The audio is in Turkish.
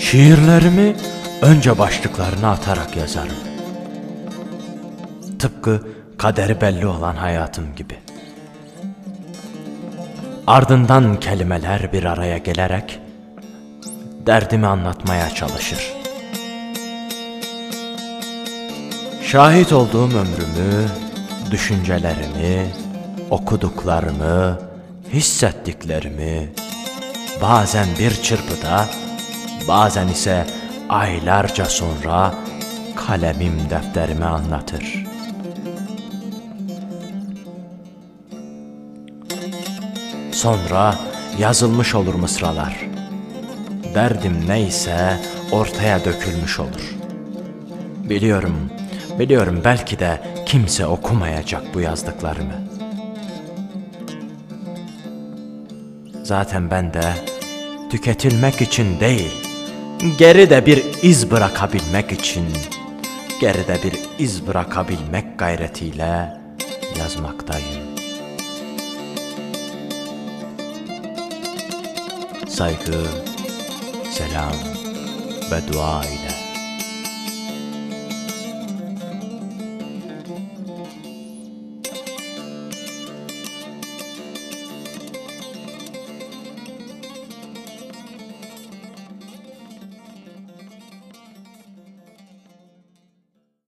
Şiirlerimi önce başlıklarını atarak yazarım. Tıpkı kaderi belli olan hayatım gibi. Ardından kelimeler bir araya gelerek derdimi anlatmaya çalışır. Şahit olduğum ömrümü, düşüncelerimi, okuduklarımı, hissettiklerimi bazen bir çırpıda, bazen ise aylarca sonra kalemim defterime anlatır. Sonra yazılmış olur mısralar. Derdim neyse ortaya dökülmüş olur. Biliyorum belki de kimse okumayacak bu yazdıklarımı. Zaten ben de tüketilmek için değil, geride bir iz bırakabilmek gayretiyle yazmaktayım. Saygı, selam ve dua ile.